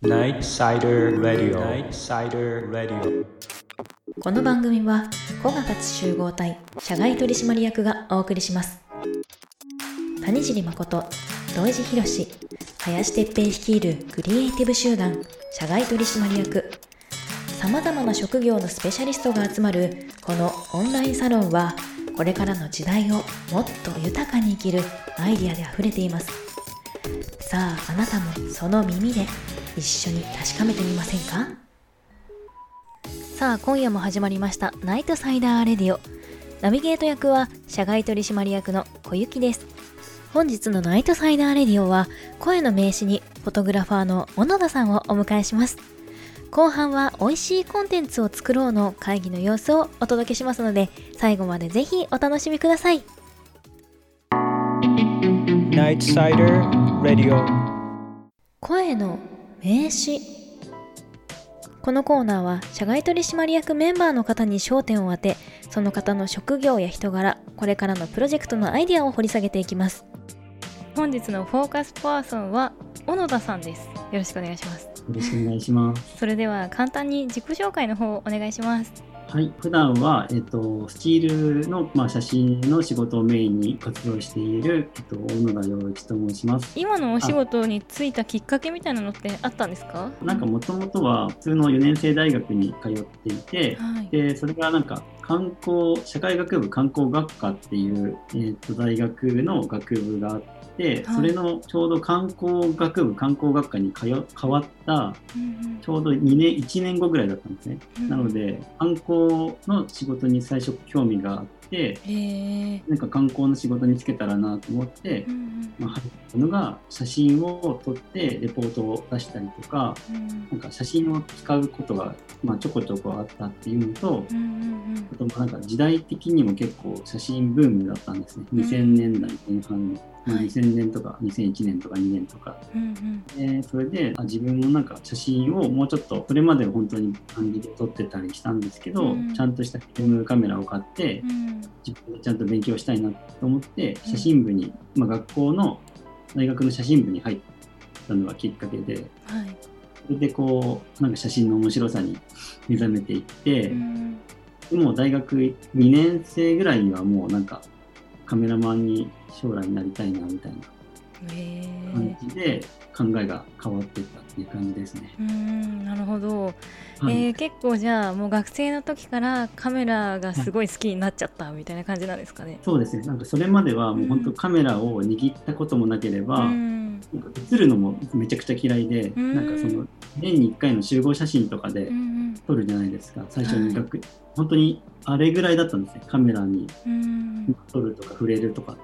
Night Sider Radio。 Night Sider Radio。 この番組は古賀達集合体社外取締役がお送りします。谷尻誠、土井地博、林哲平率いるクリエイティブ集団社外取締役、さまざまな職業のスペシャリストが集まるこのオンラインサロンは、これからの時代をもっと豊かに生きるアイディアであふれています。さあ、あなたもその耳で一緒に確かめてみませんか？さあ、今夜も始まりましたナイトサイダーレディオ。ナビゲート役は社外取締役の小雪です。本日のナイトサイダーレディオは、声の名詞にフォトグラファーの小野田さんをお迎えします。後半は美味しいコンテンツを作ろうの会議の様子をお届けしますので、最後までぜひお楽しみください。 Night Sider Radio。 声の名詞。このコーナーは社外取締役メンバーの方に焦点を当て、その方の職業や人柄、これからのプロジェクトのアイデアを掘り下げていきます。本日のフォーカスパーソンは小野田さんです。よろしくお願いします。 よろしくお願いします。 それでは簡単に自己紹介の方をお願いします。 はい、普段は、スチールの、写真の仕事をメインに活動している、小野田洋一と申します。 今のお仕事に就いたきっかけみたいなのってあったんですか？ なんかもともとは普通の4年生大学に通っていて、 はい、 でそれがなんか社会学部観光学科っていう、大学の学部があって、それのちょうど観光学部観光学科に変わった、ちょうど1年後ぐらいだったんですね。なので観光の仕事に最初興味があって、なんか観光の仕事に就けたらなと思って、入ったのが写真を撮ってレポートを出したりとか、なんか写真を使うことが、ちょこちょこあったっていうのと、あとなんか時代的にも結構写真ブームだったんですね。2000年代前半の。2000年とか2001年とか2年とか、それで自分もなんか写真をもうちょっと、それまでは本当に感じで撮ってたりしたんですけど、ちゃんとしたフィルムカメラを買って、自分でちゃんと勉強したいなと思って、写真部に、学校の大学の写真部に入ったのがきっかけで、それでこうなんか写真の面白さに目覚めていって、でも大学2年生ぐらいにはもうなんかカメラマンに将来になりたいなみたいな感じで考えが変わっていったっていう感じですね。 なるほど、結構じゃあもう学生の時からカメラがすごい好きになっちゃったみたいな感じなんですかね。 そうですね。なんかそれまではもう本当カメラを握ったこともなければ、なんか映るのもめちゃくちゃ嫌いで、なんかその年に1回の集合写真とかで撮るじゃないですか。最初に本当にあれぐらいだったんですね。カメラに撮るとか触れるとかって。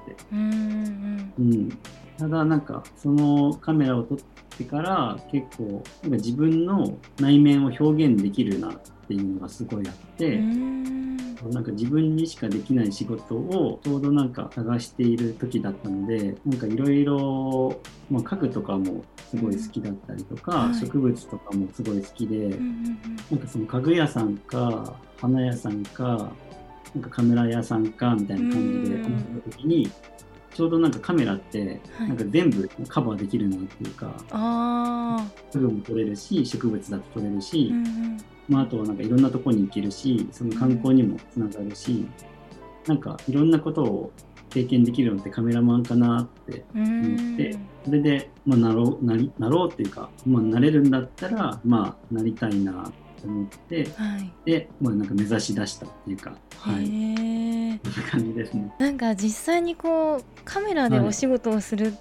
ただなんかそのカメラを撮ってから結構なんか自分の内面を表現できるなっていうのがすごいあって、なんか自分にしかできない仕事をちょうどなんか探している時だったので、なんかいろいろ家具とかもすごい好きだったりとか、植物とかもすごい好きで、なんかその家具屋さんか花屋さんかなんかカメラ屋さんかみたいな感じで思った時に、ちょうどなんかカメラってなんか全部カバーできるなっていうか、家具も撮れるし植物だと撮れるし、あとはなんかいろんなとこに行けるし、その観光にもつながるし、なんかいろんなことを経験できるのってカメラマンかなって思って、それで、なろうっていうか、なれるんだったらなりたいなと思って、で、なんか目指し出したっていうか、そんな感じですね。 なんか実際にこうカメラでお仕事をするって、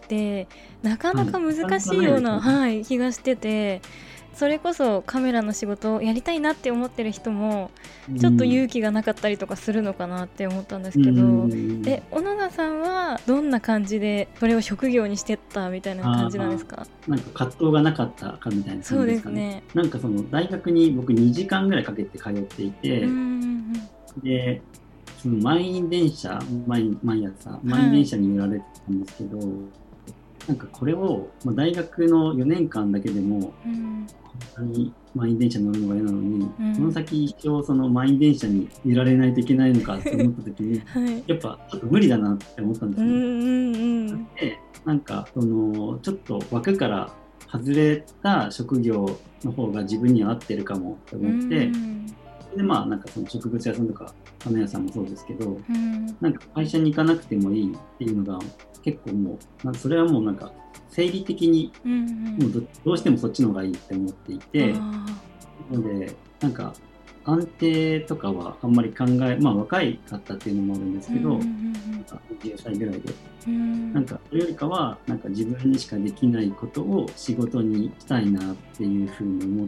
なかなか難しいような、気がしてて、それこそカメラの仕事をやりたいなって思ってる人もちょっと勇気がなかったりとかするのかなって思ったんですけど、小野田さんはどんな感じでそれを職業にしてったみたいな感じなんですか？ なんか葛藤がなかったかみたいな感じですかね。そうですね。なんかその大学に僕2時間ぐらいかけて通っていて、でその満員電車毎朝満員電車に揺られてたんですけど、なんかこれを、大学の4年間だけでも、本当に満員電車に乗るのが嫌なのに、その先一生その満員電車に揺られないといけないのかって思った時に、やっぱちょっと無理だなって思ったんですね。でなんかそのちょっと枠から外れた職業の方が自分には合ってるかもと思って、でまあなんかその植物屋さんとか花屋さんもそうですけど、なんか会社に行かなくてもいいっていうのが結構もうそれはもうなんか生理的にもうどうしてもそっちの方がいいって思っていて、なのでなんか安定とかはあんまりまあ若いかったっていうのもあるんですけど、なんか20歳ぐらいで、なんかそれよりかはなんか自分にしかできないことを仕事にしたいなっていうふうに思って、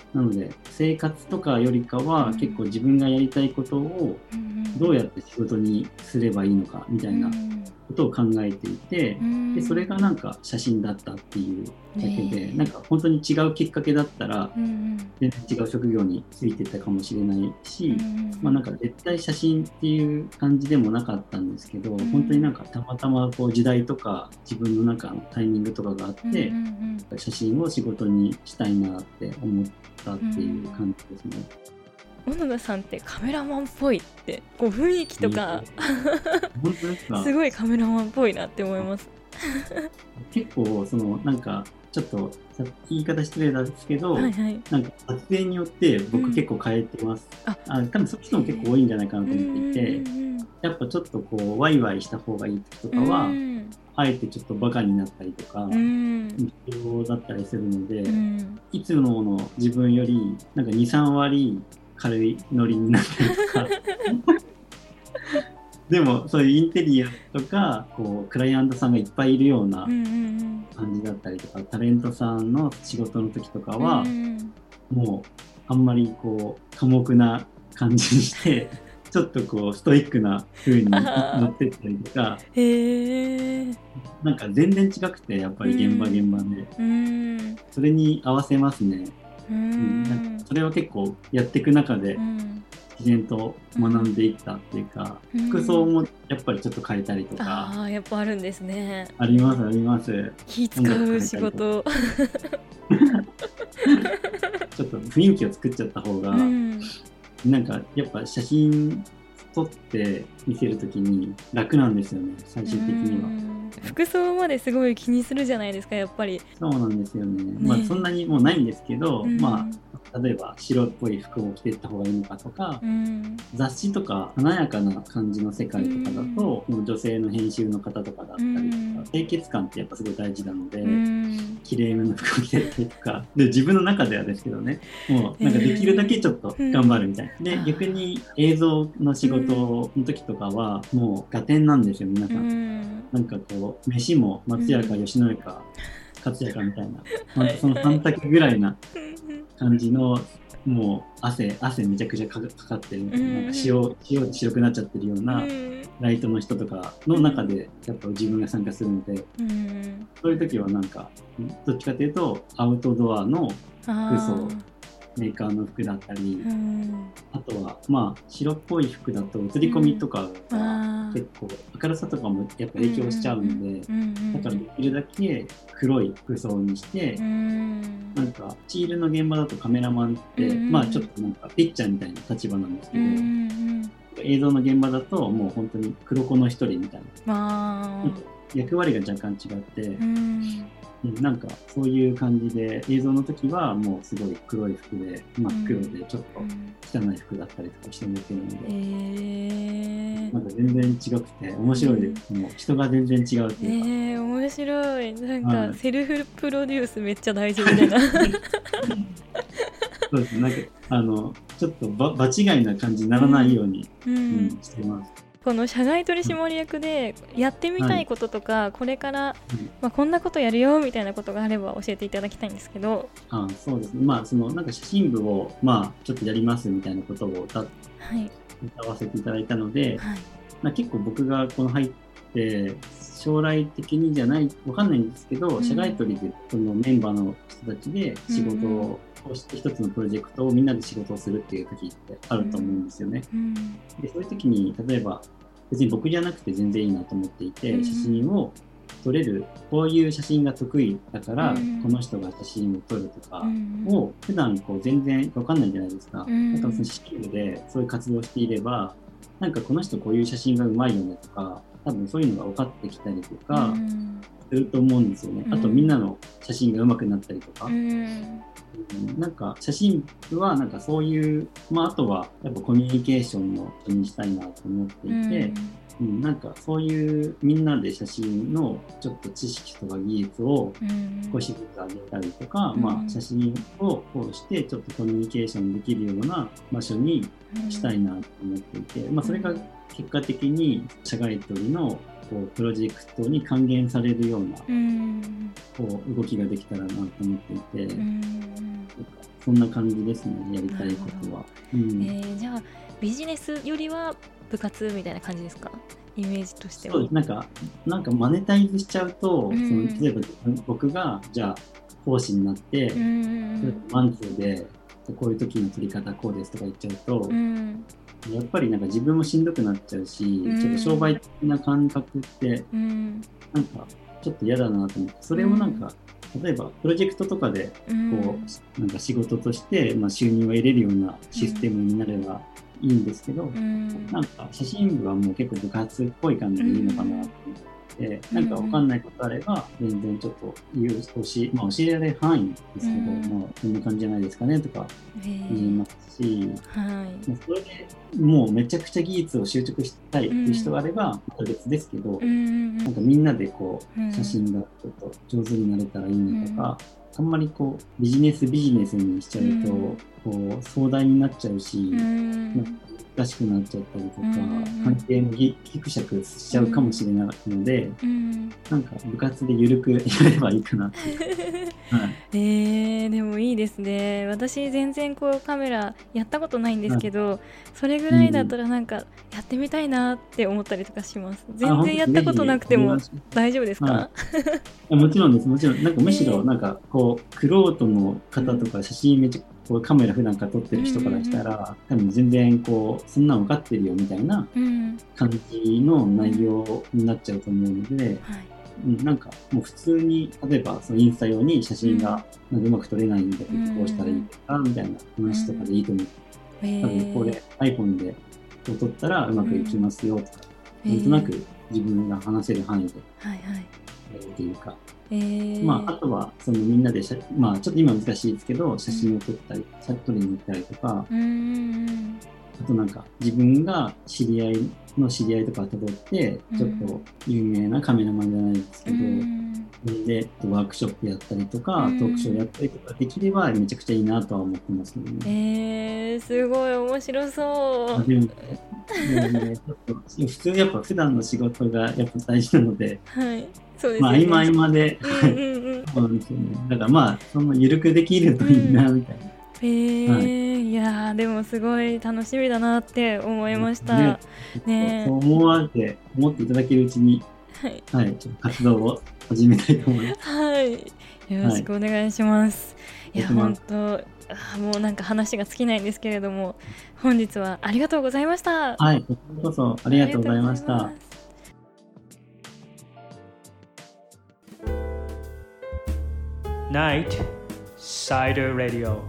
なので生活とかよりかは結構自分がやりたいことをどうやって仕事にすればいいのかみたいなことを考えていて、でそれがなんか写真だったっていうだけで、なんか本当に違うきっかけだったら全然違う職業についてたかもしれないし、まあなんか絶対写真っていう感じでもなかったんですけど、本当になんかたまたまこう時代とか自分の中のタイミングとかがあって、写真を仕事にしたいなって思ったっていう感じですね。 小野田さんってカメラマンっぽいってこう雰囲気とか本当ですか？ すごいカメラマンっぽいなって思います。 結構そのなんかちょっと言い方失礼なんですけど、 はいはい、 なんか撮影によって僕結構変えてます。多分そういう人も結構多いんじゃないかなと思っていて、やっぱちょっとこうワイワイした方がいい時とかは、あえてちょっとバカになったりとか、必要だったりするので、いつもの自分よりなんか 2,3 割軽いノリになったりとかでもそういうインテリアとかこうクライアントさんがいっぱいいるような感じだったりとか、タレントさんの仕事の時とかは、もうあんまりこう寡黙な感じにしてちょっとこうストイックな風に乗ってったりとかなんか全然違くて、やっぱり現場で、それに合わせますね。なんかそれは結構やっていく中で自然と学んでいったっていうか、服装もやっぱりちょっと変えたりとか、 やっぱあるんですね。 ありますあります。 気使う仕事ちょっと雰囲気を作っちゃった方が、なんかやっぱ写真撮って見せるときに楽なんですよね、最終的には。 服装まですごい気にするじゃないですか、やっぱり。 そうなんですよね。まあそんなにもうないんですけど、まあ例えば白っぽい服を着ていった方がいいのかとか、雑誌とか華やかな感じの世界とかだと、女性の編集の方とかだったりとか、清潔感ってやっぱすごい大事なので、綺麗めの服を着てったりとかで、自分の中ではですけどね、もうなんかできるだけちょっと頑張るみたいな。で逆に映像の仕事の時とかはもう合点なんですよ、皆さん。なんかこう飯も松屋か吉野家か勝屋かみたいな、ほんとその3択ぐらいな感じの、もう汗めちゃくちゃかかってるみたいな、なんか塩で白くなっちゃってるようなライトの人とかの中でやっぱ自分が参加するので、そういう時はなんかどっちかというとアウトドアの服装、メーカーの服だったり、あとはまあ白っぽい服だと映り込みとかが結構明るさとかもやっぱ影響しちゃうので、だからできるだけ黒い服装にして、なんかチールの現場だとカメラマンって、まあちょっとなんかピッチャーみたいな立場なんですけど、映像の現場だともう本当に黒子の一人みたいな、役割が若干違って、なんかそういう感じで映像の時はもうすごい黒い服で真っ黒でちょっと汚い服だったりとかして見てるので、なんか全然違くて面白いです。もう人が全然違うっていうか、 面白い。なんかセルフプロデュースめっちゃ大事みたいなそうですね、なんかちょっと場違いな感じにならないように、してます。 この社外取締役でやってみたいこととか、これから、こんなことやるよみたいなことがあれば教えていただきたいんですけど。 そうですね、まあそのなんか写真部をまあちょっとやりますみたいなことを歌わせていただいたので、結構僕がこの入って将来的にじゃないわかんないんですけど、社外取でそのメンバーの人たちで仕事をして一つのプロジェクトをみんなで仕事をするっていう時ってあると思うんですよね。でそういう時に例えば別に僕じゃなくて全然いいなと思っていて、写真を撮れる、こういう写真が得意だから、この人が写真を撮るとかを普段こう全然分かんないじゃないですか。だからその写真部でそういう活動をしていれば、なんかこの人こういう写真がうまいよねとか、多分そういうのが分かってきたりとか、 すると思うんですよね。あとみんなの写真が上手くなったりとか、なんか写真部はなんかそういう、あとはやっぱコミュニケーションの場にしたいなと思っていて、なんかそういうみんなで写真のちょっと知識とか技術を少しずつ上げたりとか、写真を通してちょっとコミュニケーションできるような場所にしたいなと思っていて、それが結果的に社外取りのこうプロジェクトに還元されるようなこう動きができたらなと思っていて、そんな感じですね、やりたいことは。 じゃあビジネスよりは部活みたいな感じですか、イメージとしては。 そうです。なんかマネタイズしちゃうと、例えば僕がじゃあ講師になって、マンツーでこういう時の取り方こうですとか言っちゃうと、やっぱりなんか自分もしんどくなっちゃうし、ちょっと商売的な感覚って、なんかちょっと嫌だなと思って、それをなんか、例えばプロジェクトとかでこう、なんか仕事として、収入を得れるようなシステムになればいいんですけど、なんか写真部はもう結構部活っぽい感じでいいのかなと思って、なんか分かんないことあれば全然ちょっと教えられる範囲ですけど、こんな感じじゃないですかねとか言いますし、それでもうめちゃくちゃ技術を習得したいっていう人があればまた別ですけど、なんかみんなでこう写真がちょっと上手になれたらいいなとか、あんまりこうビジネスにしちゃうと、こう壮大になっちゃうし、難しくなっちゃったりとか、関係もギクシャクしちゃうかもしれないので、なんか部活で緩くやればいいかなってでもいいですね。私全然こうカメラやったことないんですけど、それぐらいだったらなんかやってみたいなって思ったりとかします。全然やったことなくても大丈夫ですか？ もちろんです、もちろん。なんかむしろなんかこう玄人の方とか写真めっちゃこうカメラ普段から撮ってる人からしたら、多分全然こうそんなの分かってるよみたいな感じの内容になっちゃうと思うので、なんかもう普通に例えばそのインスタ用に写真がなんかうまく撮れないんだけどどうしたらいいかみたいな話とかでいいと思う。多分これ iPhone で撮ったらうまくいきますよとか、なんとなく自分が話せる範囲でやるというか。あとはそのみんなでちょっと今難しいですけど写真を撮ったり撮りに行ったりとか、あとなんか自分が知り合いとか辿ってちょっと有名なカメラマンじゃないですけど、でワークショップやったりとか、トークショーやったりとかできればめちゃくちゃいいなとは思ってますけどね。 すごい面白そう。 でもね、ちょっと普通やっぱ普段の仕事がやっぱ大事なので、 そうですね、 合間で、そうなんですよね。だからその緩くできるといいなみたいな。 いやでもすごい楽しみだなって思いました。 そう思っていただけるうちに、ちょっと活動を始めたいと思います。 よろしくお願いします。いや本当もうなんか話が尽きないんですけれども、本日はありがとうございました。 こちらこそありがとうございました。 Night Cider Radio。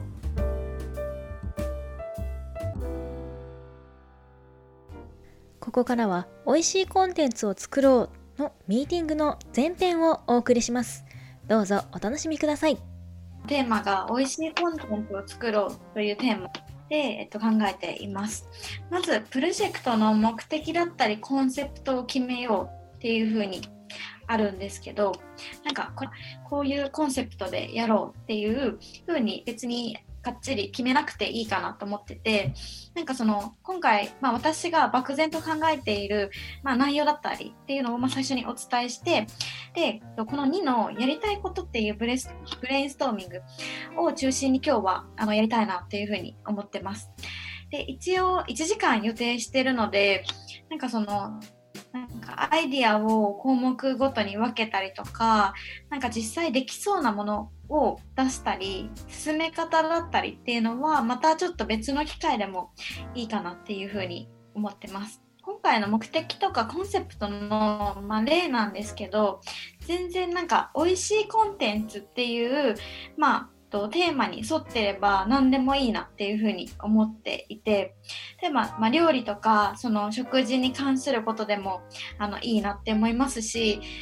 ここからは美味しいコンテンツを作ろうのミーティングの前編をお送りします。どうぞお楽しみください。 テーマが美味しいコンテンツを作ろうというテーマで、考えています。まずプロジェクトの目的だったりコンセプトを決めようっていう風にあるんですけど、なんかこういうコンセプトでやろうっていう風に別にかっちり決めなくていいかなと思ってて、なんかその今回、私が漠然と考えている、内容だったりっていうのを最初にお伝えして、でこの2のやりたいことっていうブレインストーミングを中心に今日はやりたいなっていうふうに思ってます。で一応1時間予定してるので、なんかアイディアを項目ごとに分けたりとか、なんか実際できそうなものを出したり、進め方だったりっていうのはまたちょっと別の機会でもいいかなっていうふうに思ってます。今回の目的とかコンセプトの、例なんですけど、全然なんか美味しいコンテンツっていうテーマに沿ってれば何でもいいなっていうふうに思っていて、で料理とかその食事に関することでもいいなって思いますし、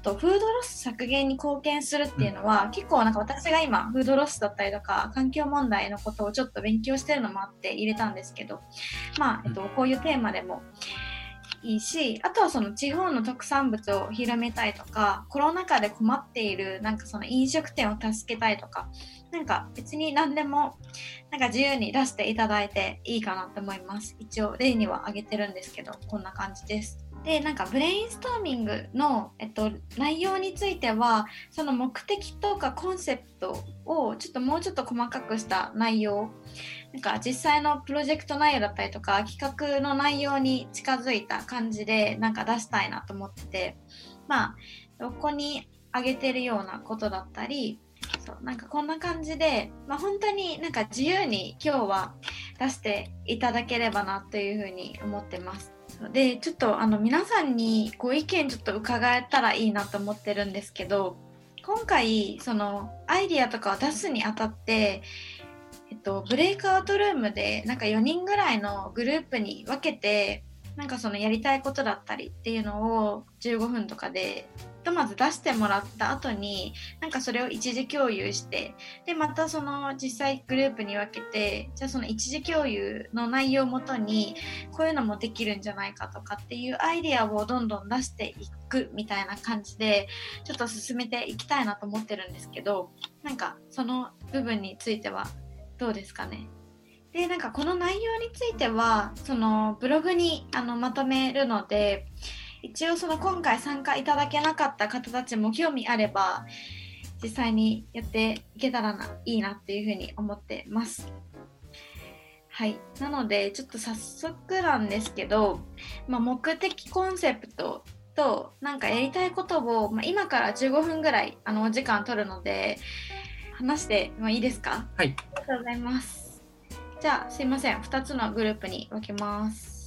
とフードロス削減に貢献するっていうのは、結構なんか私が今フードロスだったりとか環境問題のことをちょっと勉強してるのもあって入れたんですけど、こういうテーマでもいいし、あとはその地方の特産物を広めたいとか、コロナ禍で困っているなんかその飲食店を助けたいとか、なんか別に何でもなんか自由に出していただいていいかなと思います。一応例には挙げてるんですけど、こんな感じです。で、なんかブレインストーミングの、内容については、その目的とかコンセプトをもうちょっと細かくした内容、なんか実際のプロジェクト内容だったりとか企画の内容に近づいた感じでなんか出したいなと思ってて、ここに挙げてるようなことだったり、なんかこんな感じで、本当になんか自由に今日は出していただければなというふうに思ってます。で、ちょっと皆さんにご意見ちょっと伺えたらいいなと思ってるんですけど、今回そのアイディアとかを出すにあたって、ブレイクアウトルームでなんか4人ぐらいのグループに分けて、なんかそのやりたいことだったりっていうのを15分とかでまず出してもらった後に、なんかそれを一時共有して、でまたその実際グループに分けて、じゃあその一時共有の内容をもとにこういうのもできるんじゃないかとかっていうアイデアをどんどん出していくみたいな感じでちょっと進めていきたいなと思ってるんですけど、なんかその部分についてはどうですかね。で、なんかこの内容についてはそのブログにまとめるので、一応その今回参加いただけなかった方たちも興味あれば実際にやっていけたらいいなっていうふうに思ってます。はい、なのでちょっと早速なんですけど、目的コンセプトとなんかやりたいことを、今から15分ぐらいお時間取るので話してもいいですか？ はい。 ありがとうございます。じゃあすいません、2つのグループに分けます。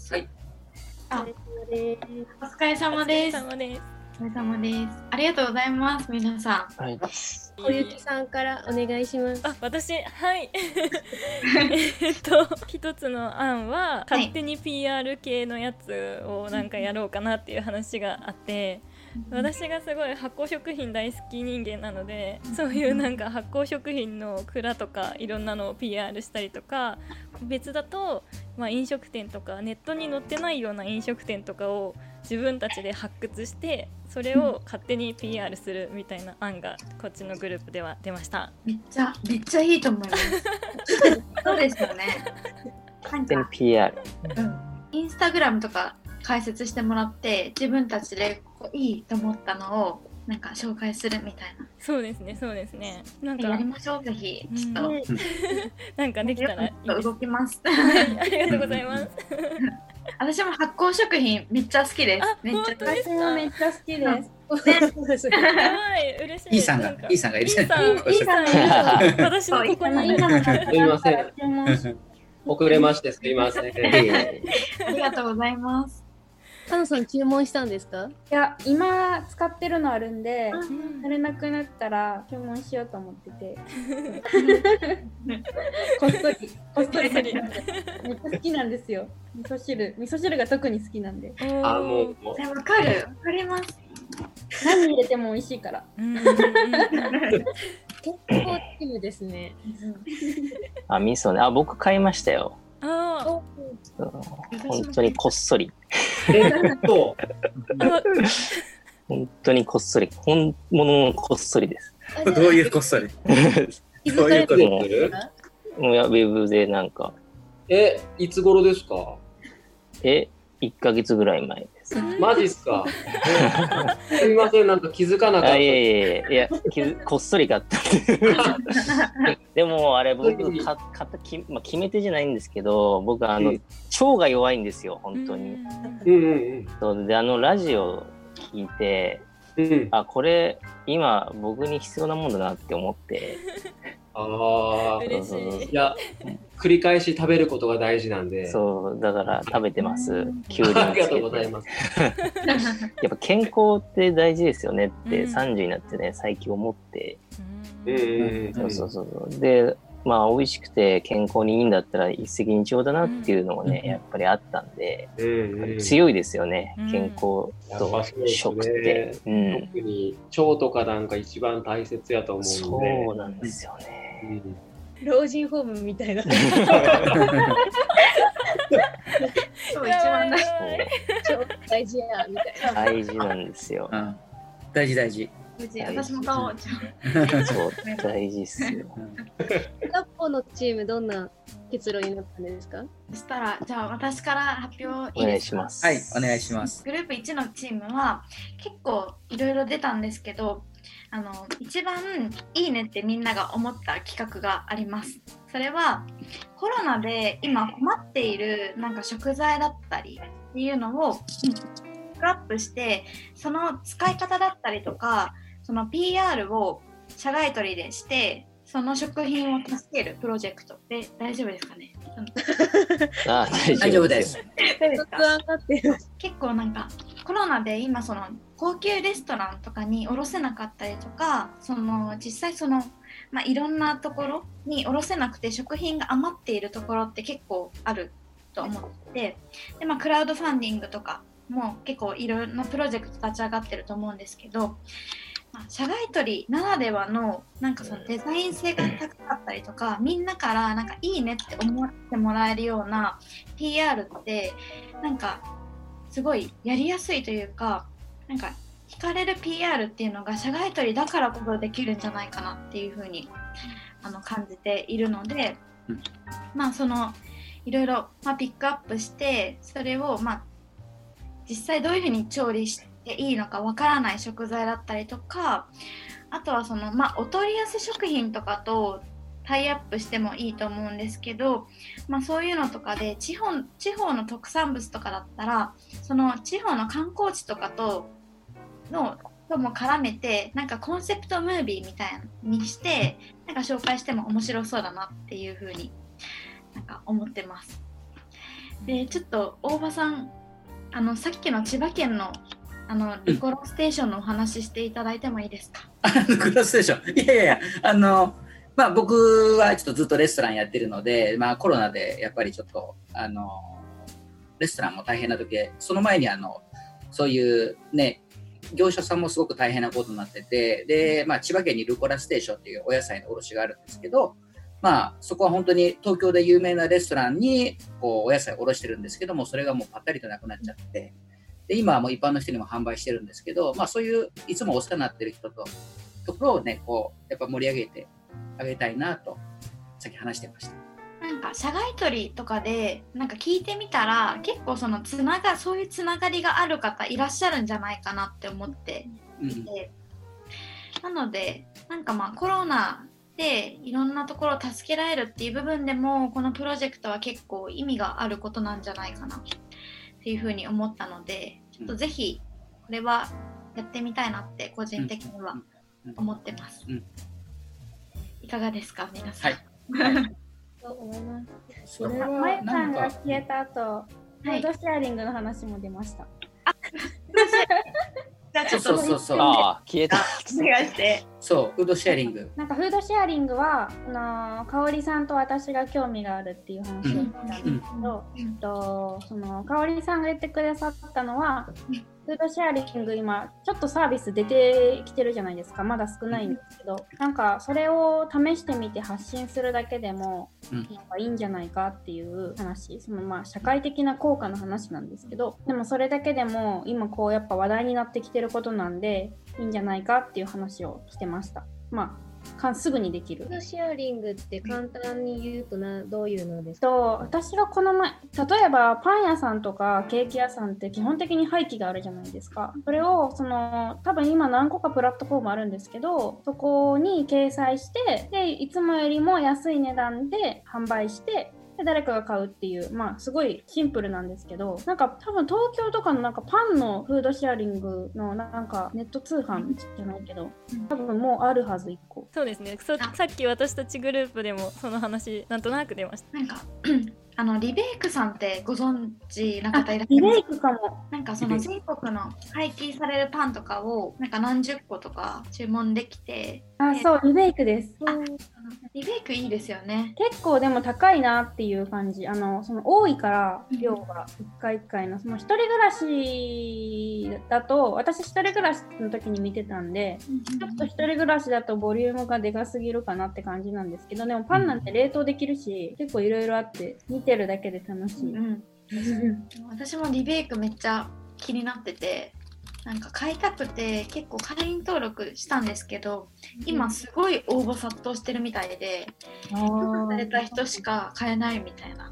はい。 お疲れ様です。お疲れ様です。ありがとうございます、皆さん。 はい。 小雪さんからお願いします。 私、はい一つの案は勝手に PR 系のやつをなんかやろうかなっていう話があって、私がすごい発酵食品大好き人間なので、そういうなんか発酵食品の蔵とかいろんなのを PR したりとか、別だと、飲食店とかネットに載ってないような飲食店とかを自分たちで発掘してそれを勝手に PR するみたいな案がこっちのグループでは出ました。 めっちゃいいと思いますそうですよね。 勝手に PR、 インスタグラムとか解説してもらって自分たちでいいと思ったのをなんか紹介するみたいな。 そうですね。なんかやりましょう、ぜひ。ちょっと、 なんかできたらいいです。 動きますありがとうございます私も発酵食品めっちゃ好きです。 私もめっちゃ好きです。 やばい、嬉しい。 イーさんがいる。 イーさん私のここにすみません。遅れましてすみません。 ありがとうございます。 かのさん注文したんですか？ いや、今使ってるのあるんで、足りなくなったら注文しようと思っててこっそりめっちゃ好きなんですよ。味噌汁が特に好きなんで。 もうわかります。 何入れても美味しいから結構チームですね。 味噌ね。僕買いましたよ。本当にこっそり本当にこっそり、本物のこっそりです。 どういうこっそりどういうこともうウェブでなんかいつ頃ですか ？1ヶ月ぐらい前です。 マジっすか？すみません、なんか気づかなかった。 いやこっそり買ったでもあれ僕買った決め手じゃないんですけど、僕腸が弱いんですよ、本当に。そうでラジオ聞いて、これ今僕に必要なもんだなって思って嬉しい。 いや、繰り返し食べることが大事なんで。 そうだから食べてます。きゅうりにつけて。 ありがとうございます。 やっぱ健康って大事ですよねって30になってね、最近思って。そうでまあ美味しくて健康にいいんだったら一石二鳥だなっていうのもね、やっぱりあったんで、強いですよね、健康と食って、 特に腸とかなんか一番大切やと思うんで。 そうなんですよね。 老人ホームみたいな。 そう一番大事やみたいな。 大事なんですよ。 大事。 私も買おう。 そう大事っすよ。 片方のチームどんな結論になったんですか？ そしたらじゃあ私から発表いいですか？ お願いします。 はい、お願いします。 グループ1のチームは結構いろいろ出たんですけど、一番いいねってみんなが思った企画があります。それはコロナで今困っているなんか食材だったりっていうのをピックアップして、その使い方だったりとかその PR を社外取りでしてその食品を助けるプロジェクトで大丈夫ですかね？ 大丈夫です。 結構なんかコロナで今その高級レストランとかに卸せなかったりとか、その実際そのいろんなところに卸せなくて食品が余っているところって結構あると思ってて、でクラウドファンディングとかも結構いろんなプロジェクト立ち上がってると思うんですけど、社外取りならではのなんかそのデザイン性が高かったりとか、みんなからなんかいいねって思ってもらえるような PR ってなんかすごいやりやすいというか、なんか惹かれる PR っていうのが社外取りだからこそできるんじゃないかなっていうふうに感じているので、そのいろいろピックアップしてそれを実際どういうふうに調理していいのかわからない食材だったりとか、あとはそのお取り寄せ食品とかとタイアップしてもいいと思うんですけど、そういうのとかで地方の特産物とかだったらその地方の観光地とかとも絡めてなんかコンセプトムービーみたいにしてなんか紹介しても面白そうだなっていう風になんか思ってます。でちょっと大場さんさっきの千葉県のルコラステーションのお話していただいてもいいですか？ ルコラステーション、いや僕はちょっとずっとレストランやってるので、コロナでやっぱりちょっとレストランも大変な時で、その前にそういうね業者さんもすごく大変なことになってて、で、千葉県にルコラステーションっていうお野菜の卸があるんですけど、そこは本当に東京で有名なレストランにこうお野菜を卸してるんですけども、それがもうぱったりとなくなっちゃって、で今はもう一般の人にも販売してるんですけど、そういういつもお世話になってる人とところをねこうやっぱ盛り上げてあげたいなとさっき話してました。 なんか社外取りとかでなんか聞いてみたら結構そのそういうつながりがある方いらっしゃるんじゃないかなって思っていて、なのでなんかコロナでいろんなところを助けられるっていう部分でもこのプロジェクトは結構意味があることなんじゃないかなっていうふうに思ったので、ちょっとぜひこれはやってみたいなって個人的には思ってます。いかがですか皆さん？ と思います。それはまえさんが消えた後、フードシェアリングの話も出ました。 じゃあちょっと消えた。 お願いして。 そう、フードシェアリング。 なんかフードシェアリングは香織さんと私が興味があるっていう話をしたんですけど、その香織さんが言ってくださったのは、フードシェアリング今ちょっとサービス出てきてるじゃないですか。まだ少ないんですけど、なんかそれを試してみて発信するだけでもなんかいいんじゃないかっていう話、その社会的な効果の話なんですけど、でもそれだけでも今こうやっぱ話題になってきてることなんでいいんじゃないかっていう話をしてました。すぐにできる。 フードシェアリングって簡単に言うとどういうのですか？ 私がこの前、例えばパン屋さんとかケーキ屋さんって基本的に廃棄があるじゃないですか。それを多分今何個かプラットフォームあるんですけど、そこに掲載して、でいつもよりも安い値段で販売してで誰かが買うっていう、すごいシンプルなんですけど、なんか多分東京とかのなんかパンのフードシェアリングのなんかネット通販じゃないけど、多分もうあるはず1個。 そうですね。さっき私たちグループでもその話なんとなく出ました。 なんかリベイクさんってご存知な方いらっしゃいますか？ リベイクかも。 なんかその全国の廃棄されるパンとかをなんか何十個とか注文できて、 そうリベイクです。 リベイクいいですよね。 結構でも高いなっていう感じ。その多いから量が一回一回の、その一人暮らしだと、私一人暮らしの時に見てたんで、ちょっと一人暮らしだとボリュームがでかすぎるかなって感じなんですけど、でもパンなんて冷凍できるし、結構いろいろあって見てるだけで楽しい。 私もリベイクめっちゃ気になってて、なんか買いたくて結構会員登録したんですけど、今すごい応募殺到してるみたいで、許可された人しか買えないみたいな。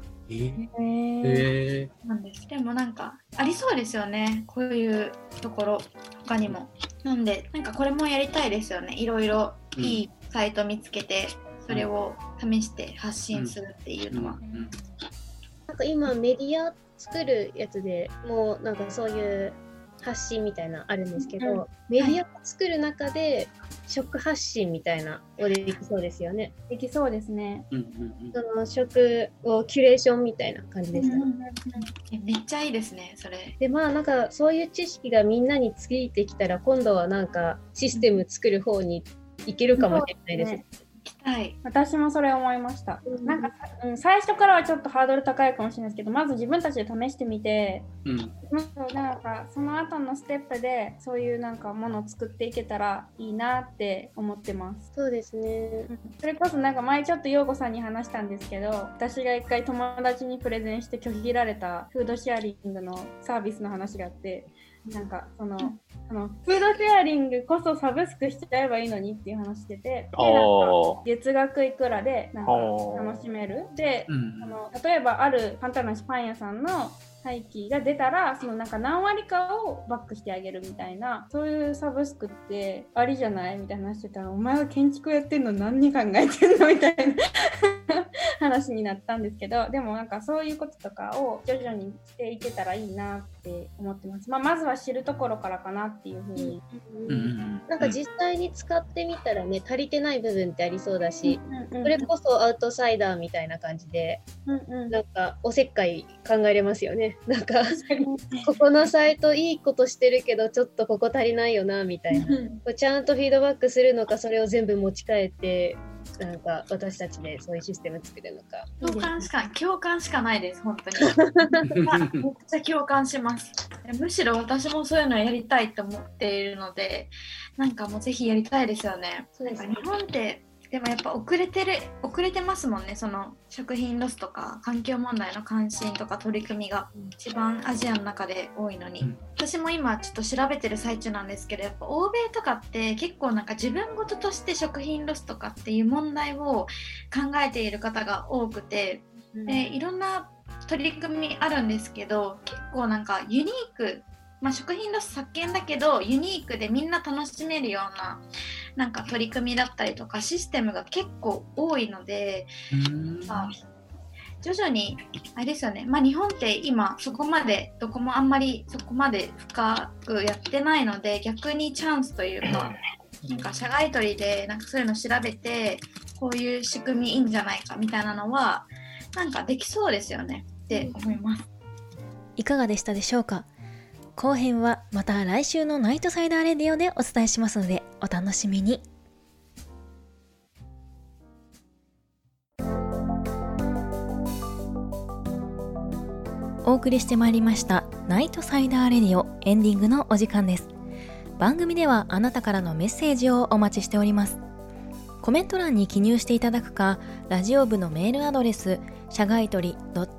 なんです。でもなんかありそうですよね、こういうところ他にも。なんでなんかこれもやりたいですよね。いろいろいいサイト見つけて、それを試して発信するっていうのは。 なんか今メディア作るやつでもうなんかそういう発信みたいなあるんですけど、メディアを作る中で食発信みたいなをできそうですよね。 できそうですね。 その食をキュレーションみたいな感じですかね。 めっちゃいいですね、それ。 でまあなんかそういう知識がみんなについてきたら、今度はなんかシステム作る方に行けるかもしれないですね。 はい、 私もそれ思いました。なんか、最初からはちょっとハードル高いかもしれないですけど、まず自分たちで試してみて、なんかその後のステップでそういうなんかものを作っていけたらいいなって思ってます。 そうですね。 それこそなんか前ちょっと陽子さんに話したんですけど、私が一回友達にプレゼンして拒否られたフードシェアリングのサービスの話があって、なんかそのフードシェアリングこそサブスクしちゃえばいいのにっていう話してて、でなんか月額いくらでなんか楽しめるで、例えばある簡単なパン屋さんの廃棄が出たら、そのなんか何割かをバックしてあげるみたいな、そういうサブスクってありじゃないみたいな話してたら、お前は建築やってんの何に考えてんのみたいな話になったんですけど、でもなんかそういうこととかを徐々にしていけたらいいなって思ってます。まずは知るところからかなっていうふうに、 なんか実際に使ってみたらね、足りてない部分ってありそうだし、それこそアウトサイダーみたいな感じで、なんかおせっかい考えれますよね。なんかここのサイトいいことしてるけどちょっとここ足りないよなみたいな、ちゃんとフィードバックするのか、それを全部持ち帰ってなんか私たちでそういうシステム作るのか。 共感しかないです本当に。めっちゃ共感します。むしろ私もそういうのやりたいと思っているので、なんかもうぜひやりたいですよね。なんか日本ってでもやっぱ遅れてますもんね。その食品ロスとか環境問題の関心とか取り組みが一番アジアの中で多いのに、私も今ちょっと調べてる最中なんですけど、やっぱ欧米とかって結構なんか自分事として食品ロスとかっていう問題を考えている方が多くて、でいろんな取り組みあるんですけど、結構なんかユニーク、食品ロス削減だけどユニークでみんな楽しめるようななんか取り組みだったりとかシステムが結構多いので、徐々にあれですよね。日本って今そこまでどこもあんまりそこまで深くやってないので、逆にチャンスというか、なんか社外取りでなんかそういうの調べてこういう仕組みいいんじゃないかみたいなのはなんかできそうですよねって思います。 いかがでしたでしょうか。後編はまた来週のナイトサイダーレディオでお伝えしますのでお楽しみに。お送りしてまいりましたナイトサイダーレディオ、エンディングのお時間です。番組ではあなたからのメッセージをお待ちしております。コメント欄に記入していただくか、ラジオ部のメールアドレス社外取り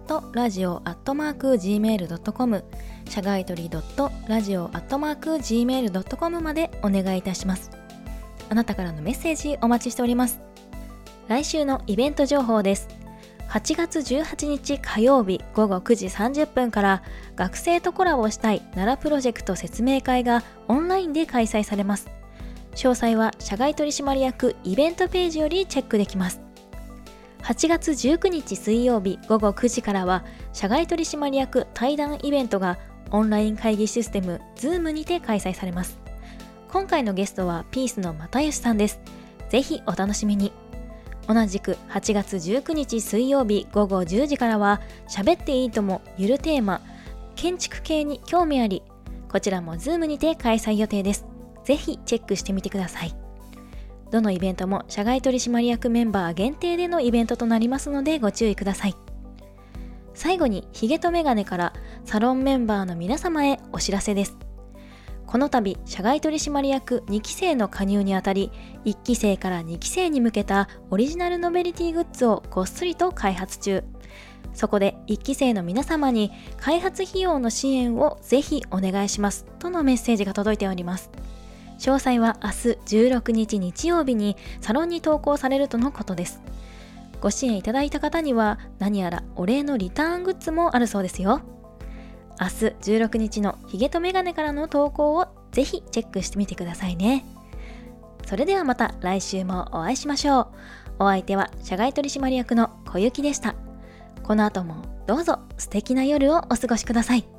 .radio@gmail.com 社外取り.radio@gmail.com までお願いいたします。あなたからのメッセージお待ちしております。来週のイベント情報です。8月18日火曜日午後9時30分から学生とコラボしたい奈良プロジェクト説明会がオンラインで開催されます。詳細は社外取締役イベントページよりチェックできます。8月19日水曜日午後9時からは社外取締役対談イベントがオンライン会議システム Zoom にて開催されます。今回のゲストはピースの又吉さんです。ぜひお楽しみに。同じく8月19日水曜日午後10時からは喋っていいともゆるテーマ建築系に興味あり、こちらも Zoom にて開催予定です。ぜひチェックしてみてください。 どのイベントも社外取締役メンバー限定でのイベントとなりますのでご注意ください。最後にヒゲとメガネからサロンメンバーの皆様へお知らせです。この度社外取締役2期生の加入にあたり、1期生から2期生に向けたオリジナルノベルティグッズをこっそりと開発中。そこで1期生の皆様に開発費用の支援をぜひお願いしますとのメッセージが届いております。詳細は明日16日日曜日にサロンに投稿されるとのことです。ご支援いただいた方には何やらお礼のリターングッズもあるそうですよ。明日16日のヒゲとメガネからの投稿をぜひチェックしてみてくださいね。それではまた来週もお会いしましょう。お相手は社外取締役の小雪でした。この後もどうぞ素敵な夜をお過ごしください。